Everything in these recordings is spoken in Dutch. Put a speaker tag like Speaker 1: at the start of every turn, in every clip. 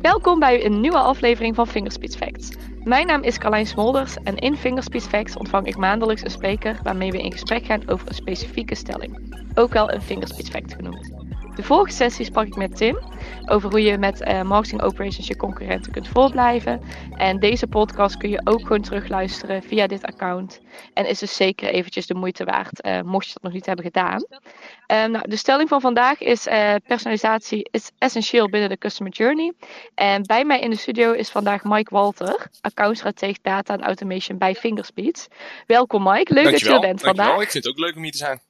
Speaker 1: Welkom bij een nieuwe aflevering van Fingerspeech Facts. Mijn naam is Carlijn Smolders en in Fingerspeech Facts ontvang ik maandelijks een spreker waarmee we in gesprek gaan over een specifieke stelling. Ook wel een Fingerspeech Fact genoemd. De vorige sessie sprak ik met Tim over hoe je met marketing operations je concurrenten kunt voorblijven. En deze podcast kun je ook gewoon terugluisteren via dit account. En is dus zeker eventjes de moeite waard, mocht je dat nog niet hebben gedaan. De stelling van vandaag is personalisatie is essentieel binnen de customer journey. En bij mij in de studio is vandaag Mike Walter, accountstratege data en automation bij Fingerspeech. Welkom Mike, leuk dat je er bent vandaag.
Speaker 2: Dankjewel, ik vind het ook leuk om hier te zijn.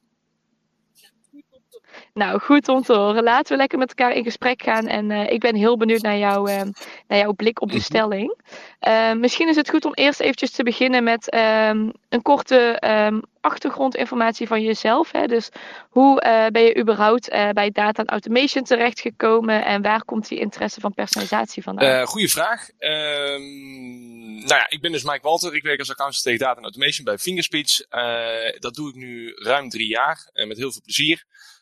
Speaker 1: Nou, goed om te horen. Laten we lekker met elkaar in gesprek gaan. En ik ben heel benieuwd naar jouw blik op de stelling. Misschien is het goed om eerst eventjes te beginnen met een korte achtergrondinformatie van jezelf. Hè? Dus hoe ben je überhaupt bij data en automation terechtgekomen en waar komt die interesse van personalisatie vandaan?
Speaker 2: Goeie vraag. Ik ben dus Mike Walter. Ik werk als accountstratege data en automation bij Fingerspeech. Dat doe ik nu ruim 3 jaar met heel veel plezier.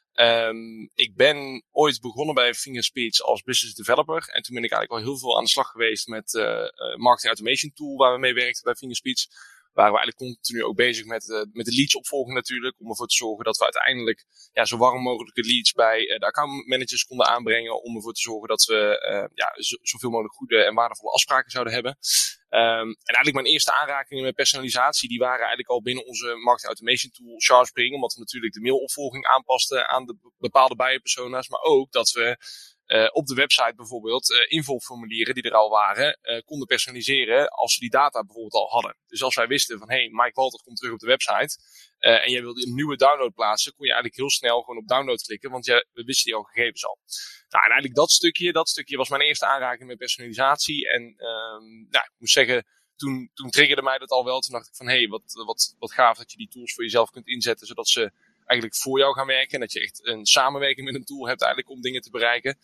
Speaker 2: Ik ben ooit begonnen bij Fingerspeech als business developer. En toen ben ik eigenlijk al heel veel aan de slag geweest met marketing automation tool waar we mee werkten bij Fingerspeech. Waren we eigenlijk continu ook bezig met de leads opvolging natuurlijk. Om ervoor te zorgen dat we uiteindelijk zo warm mogelijke leads bij de accountmanagers konden aanbrengen. Om ervoor te zorgen dat we zoveel mogelijk goede en waardevolle afspraken zouden hebben. En eigenlijk mijn eerste aanrakingen met personalisatie, die waren eigenlijk al binnen onze marketing automation tool ChargeSpring. Omdat we natuurlijk de mailopvolging aanpasten aan de bepaalde buyer-persona's. Maar ook dat we op de website bijvoorbeeld invulformulieren die er al waren, konden personaliseren als ze die data bijvoorbeeld al hadden. Dus als wij wisten van, hey, Mike Walter komt terug op de website en jij wilde een nieuwe download plaatsen, kon je eigenlijk heel snel gewoon op download klikken, want we wisten die al gegevens al. Nou, en eigenlijk dat stukje was mijn eerste aanraking met personalisatie. En ik moet zeggen, toen triggerde mij dat al wel. Toen dacht ik van, hey, wat gaaf dat je die tools voor jezelf kunt inzetten, zodat ze eigenlijk voor jou gaan werken. En dat je echt een samenwerking met een tool hebt eigenlijk om dingen te bereiken.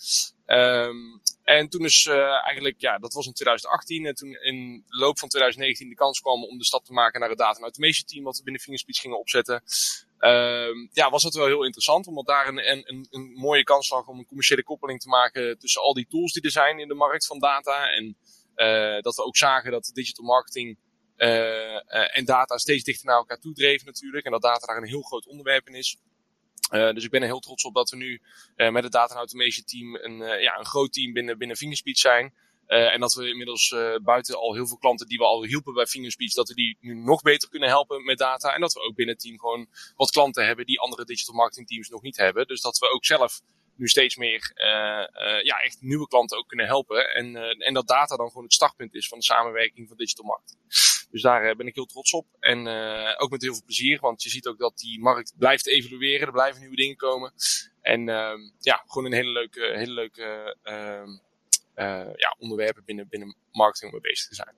Speaker 2: En toen is dat was in 2018. En toen in de loop van 2019 de kans kwam om de stap te maken naar het data en automation team wat we binnen Fingerspeech gingen opzetten. Was dat wel heel interessant. Omdat daar een mooie kans lag om een commerciële koppeling te maken tussen al die tools die er zijn in de markt van data. En dat we ook zagen dat digital marketing en data steeds dichter naar elkaar toe dreven natuurlijk. En dat data daar een heel groot onderwerp in is. Dus ik ben er heel trots op dat we nu met het data en automation team een groot team binnen Fingerspeech zijn. En dat we inmiddels buiten al heel veel klanten die we al hielpen bij Fingerspeech, dat we die nu nog beter kunnen helpen met data. En dat we ook binnen het team gewoon wat klanten hebben die andere digital marketing teams nog niet hebben. Dus dat we ook zelf nu steeds meer echt nieuwe klanten ook kunnen helpen. En dat data dan gewoon het startpunt is van de samenwerking van digital marketing. Dus daar ben ik heel trots op. En ook met heel veel plezier. Want je ziet ook dat die markt blijft evolueren. Er blijven nieuwe dingen komen. En gewoon een hele leuke onderwerpen binnen marketing om mee bezig te zijn.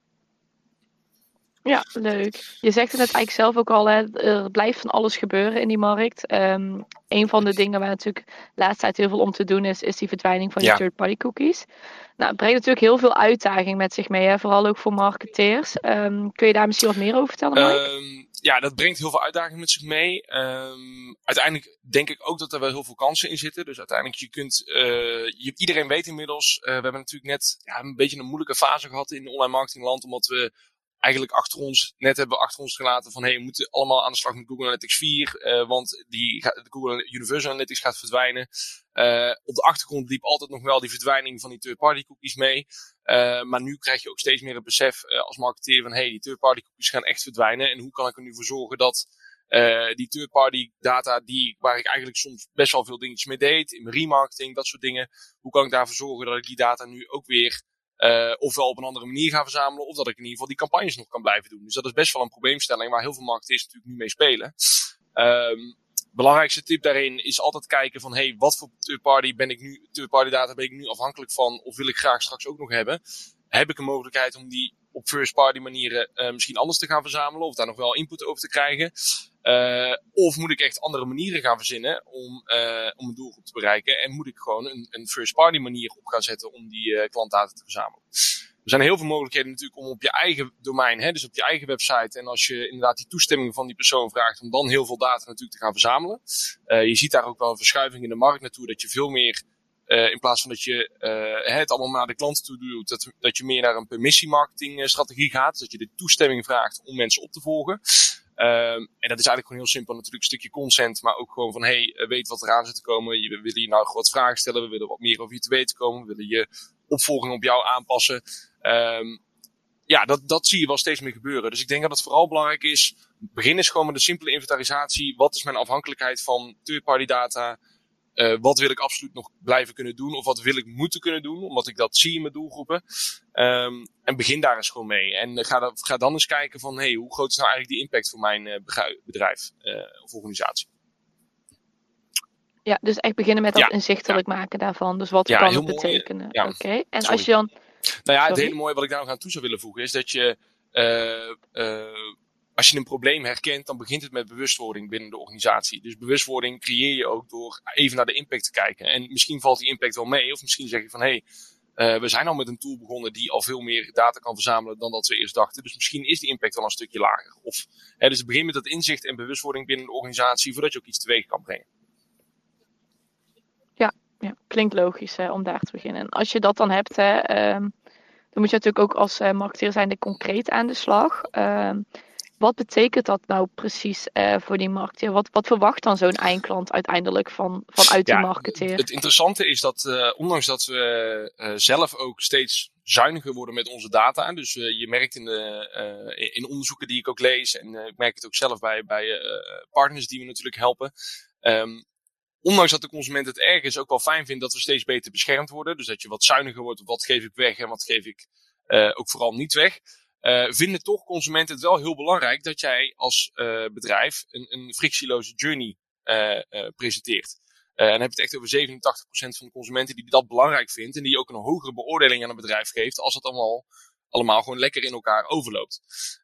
Speaker 1: Ja, leuk. Je zegt het net eigenlijk zelf ook al, hè, er blijft van alles gebeuren in die markt. Een van de dingen waar natuurlijk de laatste tijd heel veel om te doen is die verdwijning van die third-party cookies. Nou, het brengt natuurlijk heel veel uitdaging met zich mee, hè, vooral ook voor marketeers. Kun je daar misschien wat meer over vertellen, Mike?
Speaker 2: Dat brengt heel veel uitdaging met zich mee. Uiteindelijk denk ik ook dat er wel heel veel kansen in zitten. Dus uiteindelijk, iedereen weet inmiddels, we hebben natuurlijk net een beetje een moeilijke fase gehad in de online marketingland, omdat we eigenlijk hebben achter ons gelaten van, hey, we moeten allemaal aan de slag met Google Analytics 4, want de Google Universal Analytics gaat verdwijnen. Op de achtergrond liep altijd nog wel die verdwijning van die third-party cookies mee. Maar nu krijg je ook steeds meer het besef als marketeer van, hey, die third-party cookies gaan echt verdwijnen. En hoe kan ik er nu voor zorgen dat die third-party data, waar ik eigenlijk soms best wel veel dingetjes mee deed, in mijn remarketing, dat soort dingen, hoe kan ik daarvoor zorgen dat ik die data nu ook weer ofwel op een andere manier ga verzamelen, of dat ik in ieder geval die campagnes nog kan blijven doen. Dus dat is best wel een probleemstelling waar heel veel marketeers natuurlijk nu mee spelen. Belangrijkste tip daarin is altijd kijken van, hey, wat voor third-party data ben ik nu afhankelijk van, of wil ik graag straks ook nog hebben? Heb ik een mogelijkheid om die op first-party manieren misschien anders te gaan verzamelen, of daar nog wel input over te krijgen? Of moet ik echt andere manieren gaan verzinnen om een doelgroep te bereiken? En moet ik gewoon een first-party manier op gaan zetten om die klantdata te verzamelen? Er zijn heel veel mogelijkheden natuurlijk om op je eigen domein, dus op je eigen website, en als je inderdaad die toestemming van die persoon vraagt, om dan heel veel data natuurlijk te gaan verzamelen. Je ziet daar ook wel een verschuiving in de markt naartoe, dat je veel meer In plaats van dat je het allemaal naar de klant toe doet, dat je meer naar een permissiemarketingstrategie gaat. Dus dat je de toestemming vraagt om mensen op te volgen. En dat is eigenlijk gewoon heel simpel. Natuurlijk een stukje consent, maar ook gewoon van weet wat eraan zit te komen. We willen je nou wat vragen stellen, we willen wat meer over je te weten komen. We willen je opvolging op jou aanpassen. Dat zie je wel steeds meer gebeuren. Dus ik denk dat het vooral belangrijk is. Begin is gewoon met een simpele inventarisatie. Wat is mijn afhankelijkheid van third-party data? Wat wil ik absoluut nog blijven kunnen doen? Of wat wil ik moeten kunnen doen? Omdat ik dat zie in mijn doelgroepen. En begin daar eens gewoon mee. En ga dan eens kijken van, hoe groot is nou eigenlijk die impact voor mijn bedrijf of organisatie?
Speaker 1: Ja, dus echt beginnen met dat inzichtelijk maken daarvan. Dus wat kan het betekenen?
Speaker 2: Ja.
Speaker 1: Oké. En als je dan...
Speaker 2: Nou ja, het hele mooie wat ik daar nog aan toe zou willen voegen is dat je... Als je een probleem herkent, dan begint het met bewustwording binnen de organisatie. Dus bewustwording creëer je ook door even naar de impact te kijken. En misschien valt die impact wel mee. Of misschien zeg je van, we zijn al met een tool begonnen die al veel meer data kan verzamelen dan dat we eerst dachten. Dus misschien is die impact wel een stukje lager. Dus het begint met dat inzicht en bewustwording binnen de organisatie, voordat je ook iets teweeg kan brengen.
Speaker 1: Ja, klinkt logisch om daar te beginnen. En als je dat dan hebt, dan moet je natuurlijk ook als marketeer zijnde concreet aan de slag. Wat betekent dat nou precies voor die marketeer? Wat verwacht dan zo'n eindklant uiteindelijk vanuit die marketeer?
Speaker 2: Het interessante is dat ondanks dat we zelf ook steeds zuiniger worden met onze data. Dus je merkt in onderzoeken die ik ook lees. En ik merk het ook zelf bij partners die we natuurlijk helpen. Ondanks dat de consument het ergens ook wel fijn vindt dat we steeds beter beschermd worden. Dus dat je wat zuiniger wordt op wat geef ik weg en wat geef ik ook vooral niet weg. Vinden toch consumenten het wel heel belangrijk dat jij als bedrijf een frictieloze journey presenteert. En dan heb je het echt over 87% van de consumenten die dat belangrijk vindt. En die ook een hogere beoordeling aan een bedrijf geeft als het allemaal gewoon lekker in elkaar overloopt.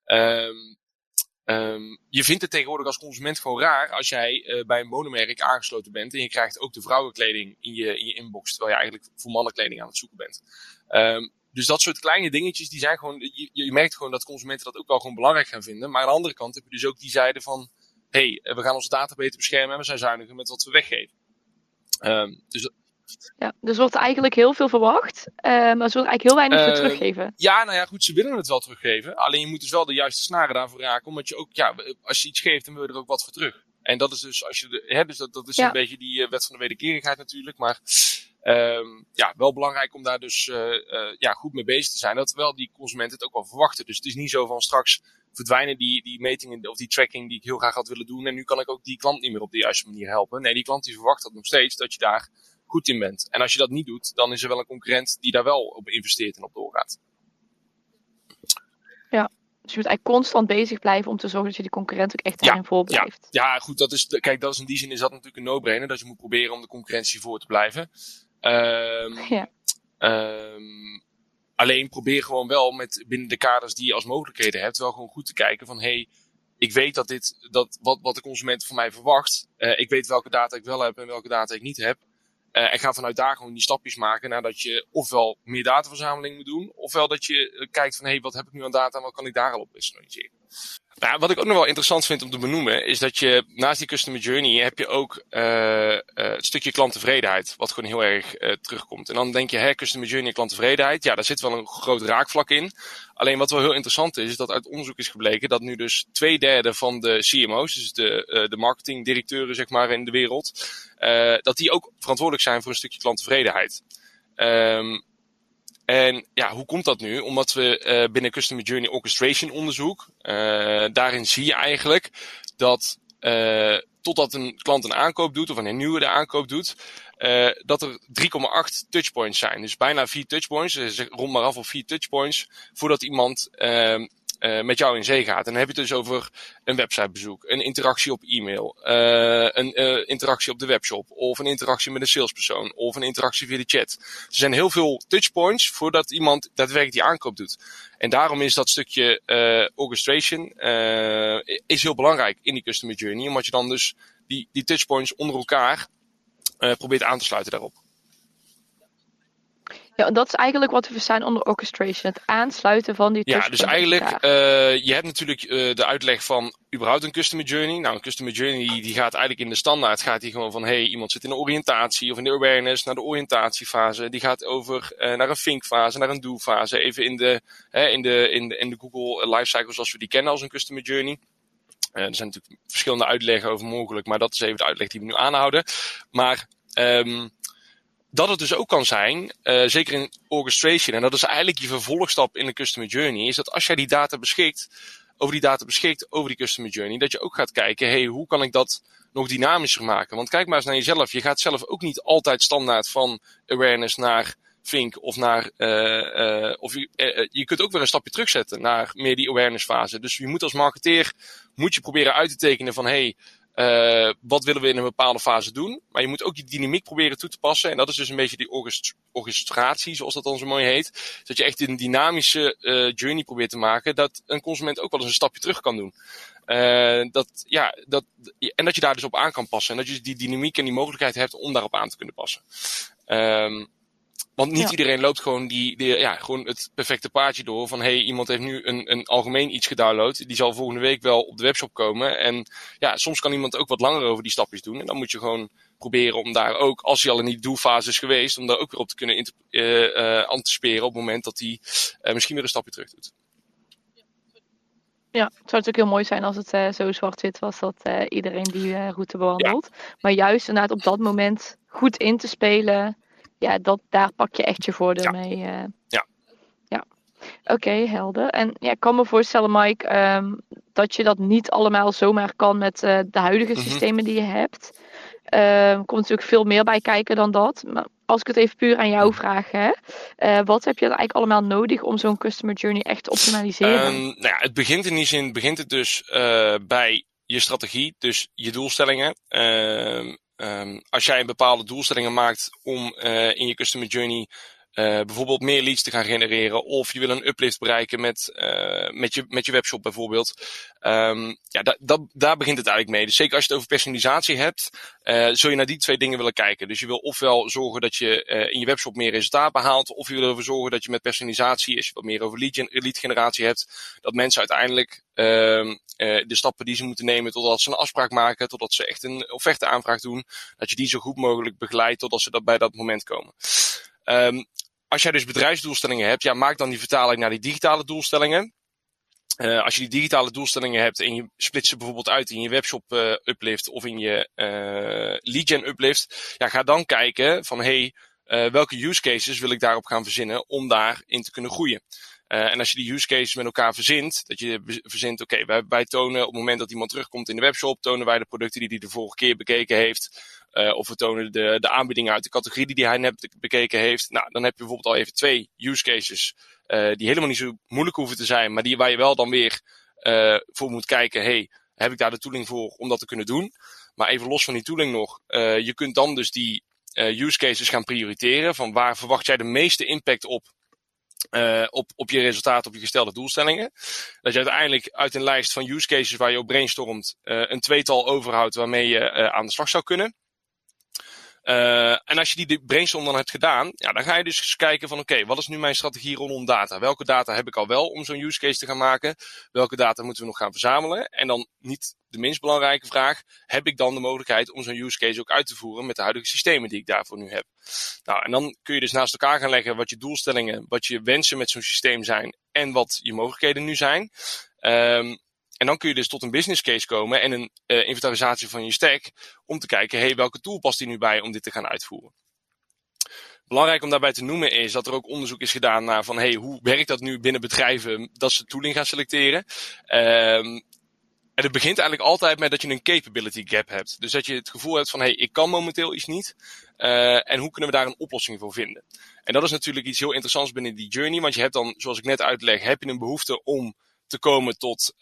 Speaker 2: Je vindt het tegenwoordig als consument gewoon raar als jij bij een modemerk aangesloten bent en je krijgt ook de vrouwenkleding in je inbox, terwijl je eigenlijk voor mannenkleding aan het zoeken bent. Dus dat soort kleine dingetjes, die zijn gewoon, je merkt gewoon dat consumenten dat ook wel gewoon belangrijk gaan vinden. Maar aan de andere kant heb je dus ook die zijde van, we gaan onze data beter beschermen en we zijn zuiniger met wat we weggeven.
Speaker 1: Ja, dus wordt eigenlijk heel veel verwacht, maar ze wordt eigenlijk heel weinig voor teruggeven.
Speaker 2: Ja, nou ja, goed, ze willen het wel teruggeven. Alleen je moet dus wel de juiste snaren daarvoor raken, omdat je ook, als je iets geeft, dan wil je er ook wat voor terug. En dat is dus, als je dus dat is een beetje die wet van de wederkerigheid natuurlijk, maar wel belangrijk om daar dus goed mee bezig te zijn, dat wel die consumenten het ook wel verwachten. Dus het is niet zo van straks verdwijnen die metingen of die tracking die ik heel graag had willen doen en nu kan ik ook die klant niet meer op de juiste manier helpen. Nee, die klant die verwacht dat nog steeds, dat je daar goed in bent. En als je dat niet doet, dan is er wel een concurrent die daar wel op investeert en op doorgaat.
Speaker 1: Ja, dus je moet eigenlijk constant bezig blijven om te zorgen dat je die concurrent ook echt daarin voor blijft.
Speaker 2: Ja, goed, dat is in die zin is dat natuurlijk een no-brainer, dat je moet proberen om de concurrentie voor te blijven. Alleen probeer gewoon wel met binnen de kaders die je als mogelijkheden hebt, wel gewoon goed te kijken van ik weet wat de consument van mij verwacht. Ik weet welke data ik wel heb en welke data ik niet heb. En ga vanuit daar gewoon die stapjes maken nadat je ofwel meer dataverzameling moet doen, ofwel dat je kijkt van wat heb ik nu aan data en wat kan ik daar al op personaliseren. Nou, wat ik ook nog wel interessant vind om te benoemen is dat je naast die customer journey heb je ook het stukje klanttevredenheid, wat gewoon heel erg terugkomt. En dan denk je, customer journey en klanttevredenheid, ja, daar zit wel een groot raakvlak in. Alleen wat wel heel interessant is dat uit onderzoek is gebleken dat nu dus 2/3 van de CMO's, dus de marketingdirecteuren zeg maar in de wereld, dat die ook verantwoordelijk zijn voor een stukje klanttevredenheid. En ja, hoe komt dat nu? Omdat we binnen Customer Journey Orchestration onderzoek, daarin zie je eigenlijk dat totdat een klant een aankoop doet of een nieuwe de aankoop doet, dat er 3,8 touchpoints zijn. Dus bijna 4 touchpoints, dus rond maar af op 4 touchpoints, voordat iemand met jou in zee gaat. En dan heb je het dus over een websitebezoek, een interactie op e-mail, een interactie op de webshop, of een interactie met een salespersoon, of een interactie via de chat. Er zijn heel veel touchpoints voordat iemand daadwerkelijk die aankoop doet. En daarom is dat stukje orchestration is heel belangrijk in die customer journey, omdat je dan dus die touchpoints onder elkaar probeert aan te sluiten daarop.
Speaker 1: Ja, dat is eigenlijk wat we verstaan onder orchestration. Het aansluiten van die
Speaker 2: Ja, dus
Speaker 1: touchpoints
Speaker 2: eigenlijk,
Speaker 1: op elkaar.
Speaker 2: je hebt natuurlijk de uitleg van überhaupt een customer journey. Nou, een customer journey die gaat eigenlijk in de standaard, gaat die gewoon van, iemand zit in de oriëntatie of in de awareness, naar de oriëntatiefase. Die gaat over naar een think fase, naar een do fase. Even in de Google lifecycle zoals we die kennen als een customer journey. Er zijn natuurlijk verschillende uitleggen over mogelijk, maar dat is even de uitleg die we nu aanhouden. Maar dat het dus ook kan zijn, zeker in orchestration, en dat is eigenlijk je vervolgstap in de customer journey, is dat als jij die data beschikt over die customer journey, dat je ook gaat kijken, hoe kan ik dat nog dynamischer maken? Want kijk maar eens naar jezelf. Je gaat zelf ook niet altijd standaard van awareness naar think of naar, je kunt ook weer een stapje terugzetten naar meer die awareness fase. Dus je moet als marketeer, moet je proberen uit te tekenen van, wat willen we in een bepaalde fase doen? Maar je moet ook die dynamiek proberen toe te passen. En dat is dus een beetje die orchestratie, zoals dat dan zo mooi heet. Dat je echt een dynamische journey probeert te maken, dat een consument ook wel eens een stapje terug kan doen. En dat je daar dus op aan kan passen. En dat je die dynamiek en die mogelijkheid hebt om daarop aan te kunnen passen. Want niet iedereen loopt gewoon gewoon het perfecte paadje door van iemand heeft nu een algemeen iets gedownload. Die zal volgende week wel op de webshop komen. En soms kan iemand ook wat langer over die stapjes doen. En dan moet je gewoon proberen om daar ook, als hij al in die do-fase is geweest, om daar ook weer op te kunnen anticiperen op het moment dat hij misschien weer een stapje terug doet.
Speaker 1: Ja, het zou natuurlijk heel mooi zijn als het zo zwart-wit was dat iedereen die route bewandelt. Ja. Maar juist inderdaad op dat moment goed in te spelen, daar pak je echt je voordeel mee. Ja. Oké, helder. En ik kan me voorstellen, Mike, dat je dat niet allemaal zomaar kan met de huidige systemen die je hebt. Er komt natuurlijk veel meer bij kijken dan dat. Maar als ik het even puur aan jou vraag, wat heb je er eigenlijk allemaal nodig om zo'n customer journey echt te optimaliseren?
Speaker 2: Het begint in die zin, dus bij je strategie, dus je doelstellingen. Als jij een bepaalde doelstellingen maakt om in je customer journey bijvoorbeeld meer leads te gaan genereren, of je wil een uplift bereiken met je webshop bijvoorbeeld. Daar begint het eigenlijk mee. Dus zeker als je het over personalisatie hebt, zul je naar die twee dingen willen kijken. Dus je wil ofwel zorgen dat je in je webshop meer resultaat behaalt, of je wil ervoor zorgen dat je met personalisatie, als je wat meer over lead generatie hebt, dat mensen uiteindelijk de stappen die ze moeten nemen totdat ze een afspraak maken, totdat ze echt een offerte-aanvraag doen, dat je die zo goed mogelijk begeleidt totdat ze bij dat moment komen. Als jij dus bedrijfsdoelstellingen hebt, maak dan die vertaling naar die digitale doelstellingen. Als je die digitale doelstellingen hebt en je splitst ze bijvoorbeeld uit in je webshop uplift of in je lead gen uplift, ga dan kijken van welke use cases wil ik daarop gaan verzinnen om daarin te kunnen groeien. En als je die use cases met elkaar verzint, dat je verzint, wij tonen op het moment dat iemand terugkomt in de webshop, tonen wij de producten die hij de vorige keer bekeken heeft. Of we tonen de aanbiedingen uit de categorie die hij net bekeken heeft. Nou, dan heb je bijvoorbeeld al even 2 use cases die helemaal niet zo moeilijk hoeven te zijn, maar waar je wel dan weer voor moet kijken, heb ik daar de tooling voor om dat te kunnen doen? Maar even los van die tooling nog, je kunt dan dus die use cases gaan prioriteren, van waar verwacht jij de meeste impact op je resultaat, op je gestelde doelstellingen. Dat je uiteindelijk uit een lijst van use cases waar je op brainstormt, een tweetal overhoudt waarmee je aan de slag zou kunnen. En als je die brainstorm dan hebt gedaan, dan ga je dus eens kijken van wat is nu mijn strategie rondom data? Welke data heb ik al wel om zo'n use case te gaan maken? Welke data moeten we nog gaan verzamelen? En dan niet de minst belangrijke vraag, heb ik dan de mogelijkheid om zo'n use case ook uit te voeren met de huidige systemen die ik daarvoor nu heb? Nou, en dan kun je dus naast elkaar gaan leggen wat je doelstellingen, wat je wensen met zo'n systeem zijn en wat je mogelijkheden nu zijn. En dan kun je dus tot een business case komen en een inventarisatie van je stack om te kijken, welke tool past die nu bij om dit te gaan uitvoeren. Belangrijk om daarbij te noemen is dat er ook onderzoek is gedaan naar van hoe werkt dat nu binnen bedrijven dat ze tooling gaan selecteren. En het begint eigenlijk altijd met dat je een capability gap hebt. Dus dat je het gevoel hebt van ik kan momenteel iets niet. En hoe kunnen we daar een oplossing voor vinden? En dat is natuurlijk iets heel interessants binnen die journey. Want je hebt dan, zoals ik net uitleg, heb je een behoefte om te komen tot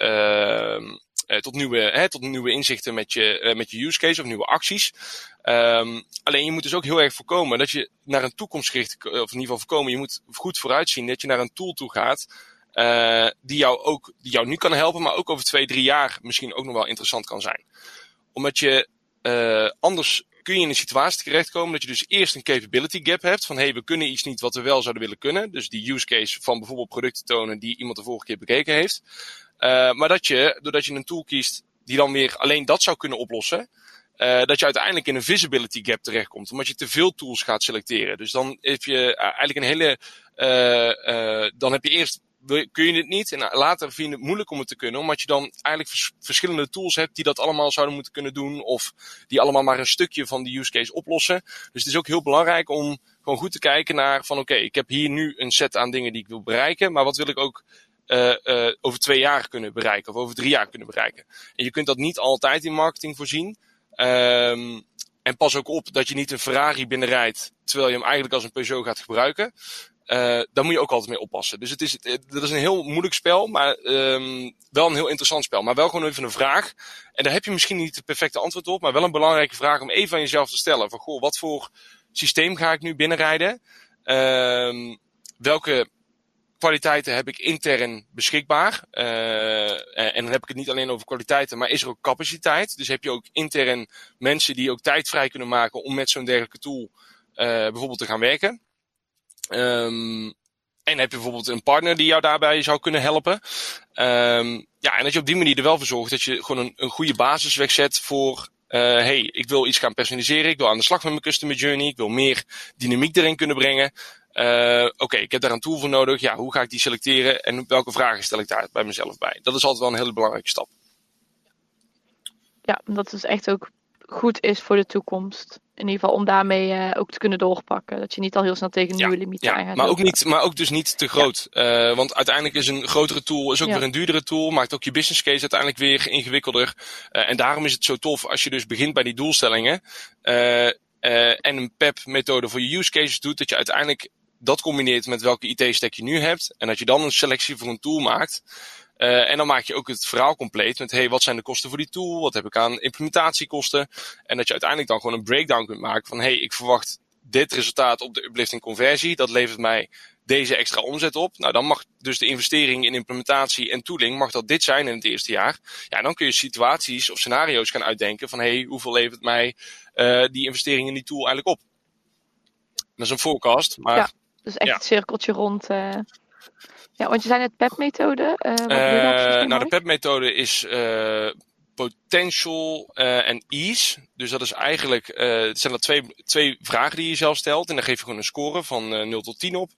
Speaker 2: nieuwe inzichten met je use case of nieuwe acties. Alleen je moet dus ook heel erg voorkomen dat je naar een toekomstgericht, of in ieder geval voorkomen, je moet goed vooruitzien dat je naar een tool toe gaat die jou nu kan helpen, maar ook over 2-3 jaar misschien ook nog wel interessant kan zijn. Omdat je anders kun je in een situatie terechtkomen dat je dus eerst een capability gap hebt. Van we kunnen iets niet wat we wel zouden willen kunnen. Dus die use case van bijvoorbeeld producten tonen die iemand de vorige keer bekeken heeft. Maar doordat je een tool kiest die dan weer alleen dat zou kunnen oplossen. Dat je uiteindelijk in een visibility gap terechtkomt. Omdat je te veel tools gaat selecteren. Dus dan heb je eigenlijk een hele... dan heb je eerst... kun je het niet en later vind je het moeilijk om het te kunnen. Omdat je dan eigenlijk verschillende tools hebt die dat allemaal zouden moeten kunnen doen. Of die allemaal maar een stukje van die use case oplossen. Dus het is ook heel belangrijk om gewoon goed te kijken naar van oké, ik heb hier nu een set aan dingen die ik wil bereiken. Maar wat wil ik ook over 2 jaar kunnen bereiken. Of over 3 jaar kunnen bereiken. En je kunt dat niet altijd in marketing voorzien. En pas ook op dat je niet een Ferrari binnenrijdt terwijl je hem eigenlijk als een Peugeot gaat gebruiken. Daar moet je ook altijd mee oppassen. Dus dat is een heel moeilijk spel, maar wel een heel interessant spel. Maar wel gewoon even een vraag. En daar heb je misschien niet het perfecte antwoord op, maar wel een belangrijke vraag om even aan jezelf te stellen. Van goh, wat voor systeem ga ik nu binnenrijden? Welke kwaliteiten heb ik intern beschikbaar? En dan heb ik het niet alleen over kwaliteiten, maar is er ook capaciteit? Dus heb je ook intern mensen die ook tijd vrij kunnen maken om met zo'n dergelijke tool bijvoorbeeld te gaan werken? En heb je bijvoorbeeld een partner die jou daarbij zou kunnen helpen? En dat je op die manier er wel voor zorgt dat je gewoon een goede basis wegzet voor ik wil iets gaan personaliseren, ik wil aan de slag met mijn customer journey, ik wil meer dynamiek erin kunnen brengen. Oké, ik heb daar een tool voor nodig. Ja, hoe ga ik die selecteren en welke vragen stel ik daar bij mezelf bij? Dat is altijd wel een hele belangrijke stap.
Speaker 1: Ja, dat het echt ook goed is voor de toekomst. In ieder geval om daarmee ook te kunnen doorpakken. Dat je niet al heel snel tegen nieuwe limieten aan gaat.
Speaker 2: Maar ook dus niet te groot. Ja. Want uiteindelijk is een grotere tool is ook weer een duurdere tool. Maakt ook je business case uiteindelijk weer ingewikkelder. En daarom is het zo tof als je dus begint bij die doelstellingen. En een PEP-methode voor je use cases doet. Dat je uiteindelijk dat combineert met welke IT-stack je nu hebt. En dat je dan een selectie voor een tool maakt. En dan maak je ook het verhaal compleet met wat zijn de kosten voor die tool? Wat heb ik aan implementatiekosten? En dat je uiteindelijk dan gewoon een breakdown kunt maken van ik verwacht dit resultaat op de uplift in conversie. Dat levert mij deze extra omzet op. Nou, dan mag dus de investering in implementatie en tooling mag dat dit zijn in het eerste jaar. Ja, dan kun je situaties of scenario's gaan uitdenken van hoeveel levert mij die investering in die tool eigenlijk op? Dat is een forecast, maar...
Speaker 1: Ja, dus echt het cirkeltje rond... Ja, want je zei net PEP-methode.
Speaker 2: De PEP-methode is potential en ease. Dus dat is eigenlijk, het zijn er twee vragen die je zelf stelt. En dan geef je gewoon een score van 0 tot 10 op.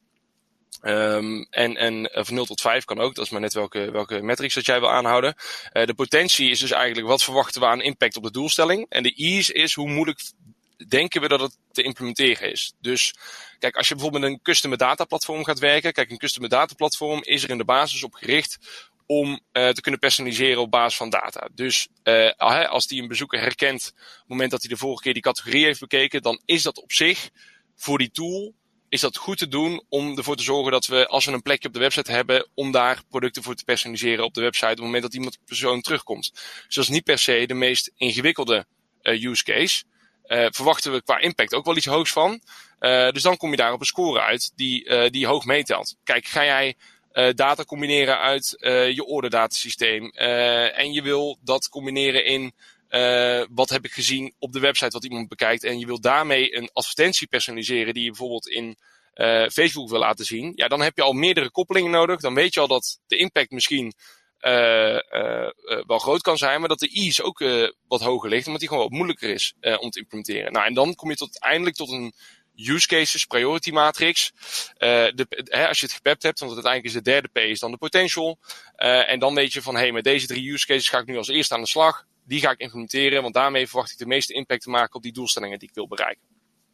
Speaker 2: Of 0 tot 5 kan ook. Dat is maar net welke metrics dat jij wil aanhouden. De potentie is dus eigenlijk wat verwachten we aan impact op de doelstelling. En de ease is hoe moeilijk denken we dat het te implementeren is. Dus kijk, als je bijvoorbeeld met een customer data platform gaat werken. Kijk, een customer data platform is er in de basis op gericht om te kunnen personaliseren op basis van data. Dus als die een bezoeker herkent op het moment dat hij de vorige keer die categorie heeft bekeken, dan is dat op zich voor die tool is dat goed te doen om ervoor te zorgen dat we, als we een plekje op de website hebben, om daar producten voor te personaliseren op de website op het moment dat iemand persoon terugkomt. Dus dat is niet per se de meest ingewikkelde use case. Verwachten we qua impact ook wel iets hoogs van. Dus dan kom je daar op een score uit die hoog meetelt. Kijk, ga jij data combineren uit je orderdatasysteem en je wil dat combineren in wat heb ik gezien op de website wat iemand bekijkt en je wil daarmee een advertentie personaliseren die je bijvoorbeeld in Facebook wil laten zien. Ja, dan heb je al meerdere koppelingen nodig. Dan weet je al dat de impact misschien wel groot kan zijn, maar dat de ease ook wat hoger ligt, omdat die gewoon wat moeilijker is om te implementeren. Nou, en dan kom je eindelijk tot een use cases priority matrix. Als je het gepept hebt, want uiteindelijk is de derde P is dan de potential. En dan weet je van, met deze 3 use cases ga ik nu als eerste aan de slag. Die ga ik implementeren, want daarmee verwacht ik de meeste impact te maken op die doelstellingen die ik wil bereiken.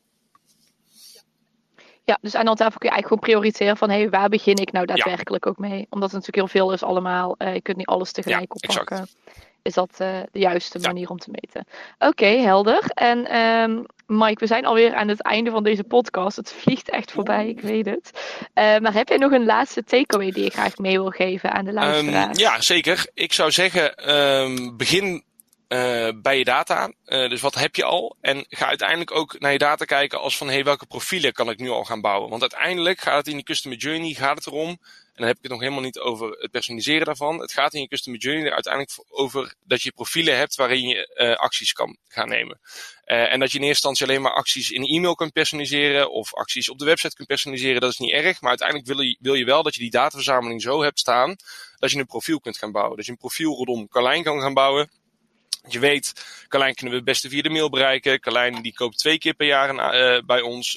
Speaker 1: Ja, dus aan de tafel kun je eigenlijk gewoon prioriteren van waar begin ik nou daadwerkelijk ook mee? Omdat het natuurlijk heel veel is allemaal. Je kunt niet alles tegelijk oppakken. Exact. Is dat de juiste manier om te meten? Oké, helder. En Mike, we zijn alweer aan het einde van deze podcast. Het vliegt echt voorbij, ik weet het. Maar heb jij nog een laatste takeaway die je graag mee wil geven aan de luisteraars?
Speaker 2: Ja, zeker. Ik zou zeggen, begin bij je data. Dus wat heb je al? En ga uiteindelijk ook naar je data kijken als van, welke profielen kan ik nu al gaan bouwen? Want uiteindelijk gaat het in die customer journey erom, en dan heb ik het nog helemaal niet over het personaliseren daarvan. Het gaat in je customer journey er uiteindelijk over dat je profielen hebt waarin je acties kan gaan nemen. En dat je in eerste instantie alleen maar acties in e-mail kunt personaliseren of acties op de website kunt personaliseren, dat is niet erg. Maar uiteindelijk wil je wel dat je die dataverzameling zo hebt staan dat je een profiel kunt gaan bouwen. Dat je een profiel rondom Carlijn kan gaan bouwen. Je weet, Carlijn kunnen we het beste via de mail bereiken. Carlijn die koopt 2 keer per jaar bij ons.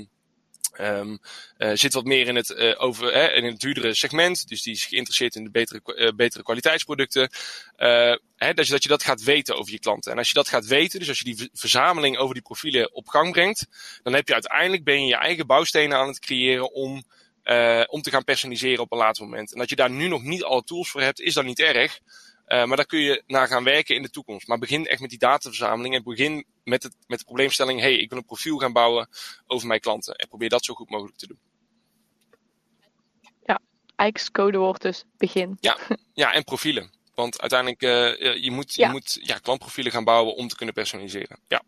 Speaker 2: Zit wat meer in in het duurdere segment. Dus die is geïnteresseerd in de betere kwaliteitsproducten. Dat je dat gaat weten over je klanten. En als je dat gaat weten, dus als je die verzameling over die profielen op gang brengt, dan heb je uiteindelijk ben je eigen bouwstenen aan het creëren om te gaan personaliseren op een later moment. En dat je daar nu nog niet alle tools voor hebt, is dan niet erg. Maar daar kun je naar gaan werken in de toekomst. Maar begin echt met die dataverzameling en begin met de probleemstelling, ik wil een profiel gaan bouwen over mijn klanten. En probeer dat zo goed mogelijk te doen.
Speaker 1: Ja, eigenlijk is het codewoord dus begin.
Speaker 2: Ja, en profielen. Want uiteindelijk, je moet klantprofielen gaan bouwen om te kunnen personaliseren. Ja.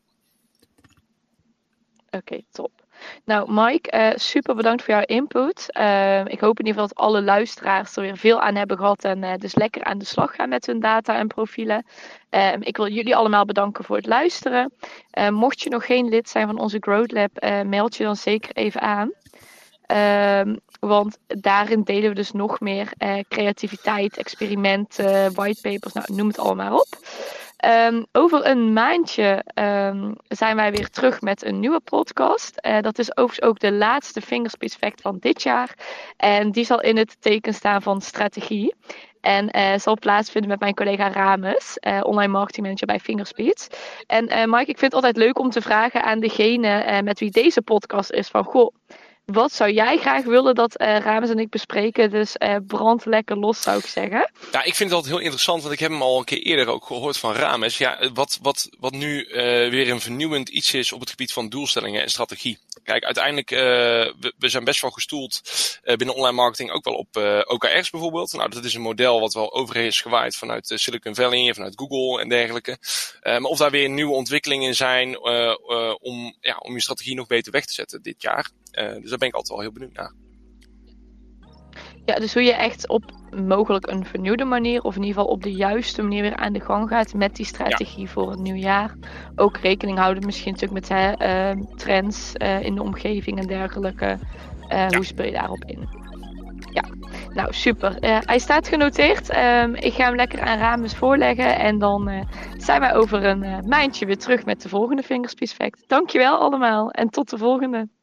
Speaker 1: Oké, top. Nou, Mike, super bedankt voor jouw input. Ik hoop in ieder geval dat alle luisteraars er weer veel aan hebben gehad en dus lekker aan de slag gaan met hun data en profielen. Ik wil jullie allemaal bedanken voor het luisteren. Mocht je nog geen lid zijn van onze Growth Lab, meld je dan zeker even aan. Want daarin delen we dus nog meer creativiteit, experimenten, whitepapers, noem het allemaal op. Over een maandje zijn wij weer terug met een nieuwe podcast. Dat is overigens ook de laatste Fingerspeech Fact van dit jaar. En die zal in het teken staan van strategie. En zal plaatsvinden met mijn collega Rames, online marketingmanager bij Fingerspeech. En Mike, ik vind het altijd leuk om te vragen aan degene met wie deze podcast is van, goh, wat zou jij graag willen dat Rames en ik bespreken? Dus brand lekker los, zou ik zeggen.
Speaker 2: Ja, ik vind het altijd heel interessant, want ik heb hem al een keer eerder ook gehoord van Rames. Ja, wat nu weer een vernieuwend iets is op het gebied van doelstellingen en strategie. Kijk, uiteindelijk, we zijn best wel gestoeld binnen online marketing ook wel op OKR's bijvoorbeeld. Nou, dat is een model wat wel overheen is gewaaid vanuit Silicon Valley en vanuit Google en dergelijke. Maar of daar weer nieuwe ontwikkelingen zijn om je strategie nog beter weg te zetten dit jaar. Dus daar ben ik altijd wel heel benieuwd naar.
Speaker 1: Ja, dus hoe je echt op mogelijk een vernieuwde manier, of in ieder geval op de juiste manier weer aan de gang gaat met die strategie voor het nieuwjaar. Ook rekening houden misschien natuurlijk met trends in de omgeving en dergelijke. Hoe speel je daarop in? Ja, nou super. Hij staat genoteerd. Ik ga hem lekker aan Rames voorleggen en dan zijn wij over een maandje weer terug met de volgende Fingerspeech Fact. Dankjewel allemaal en tot de volgende.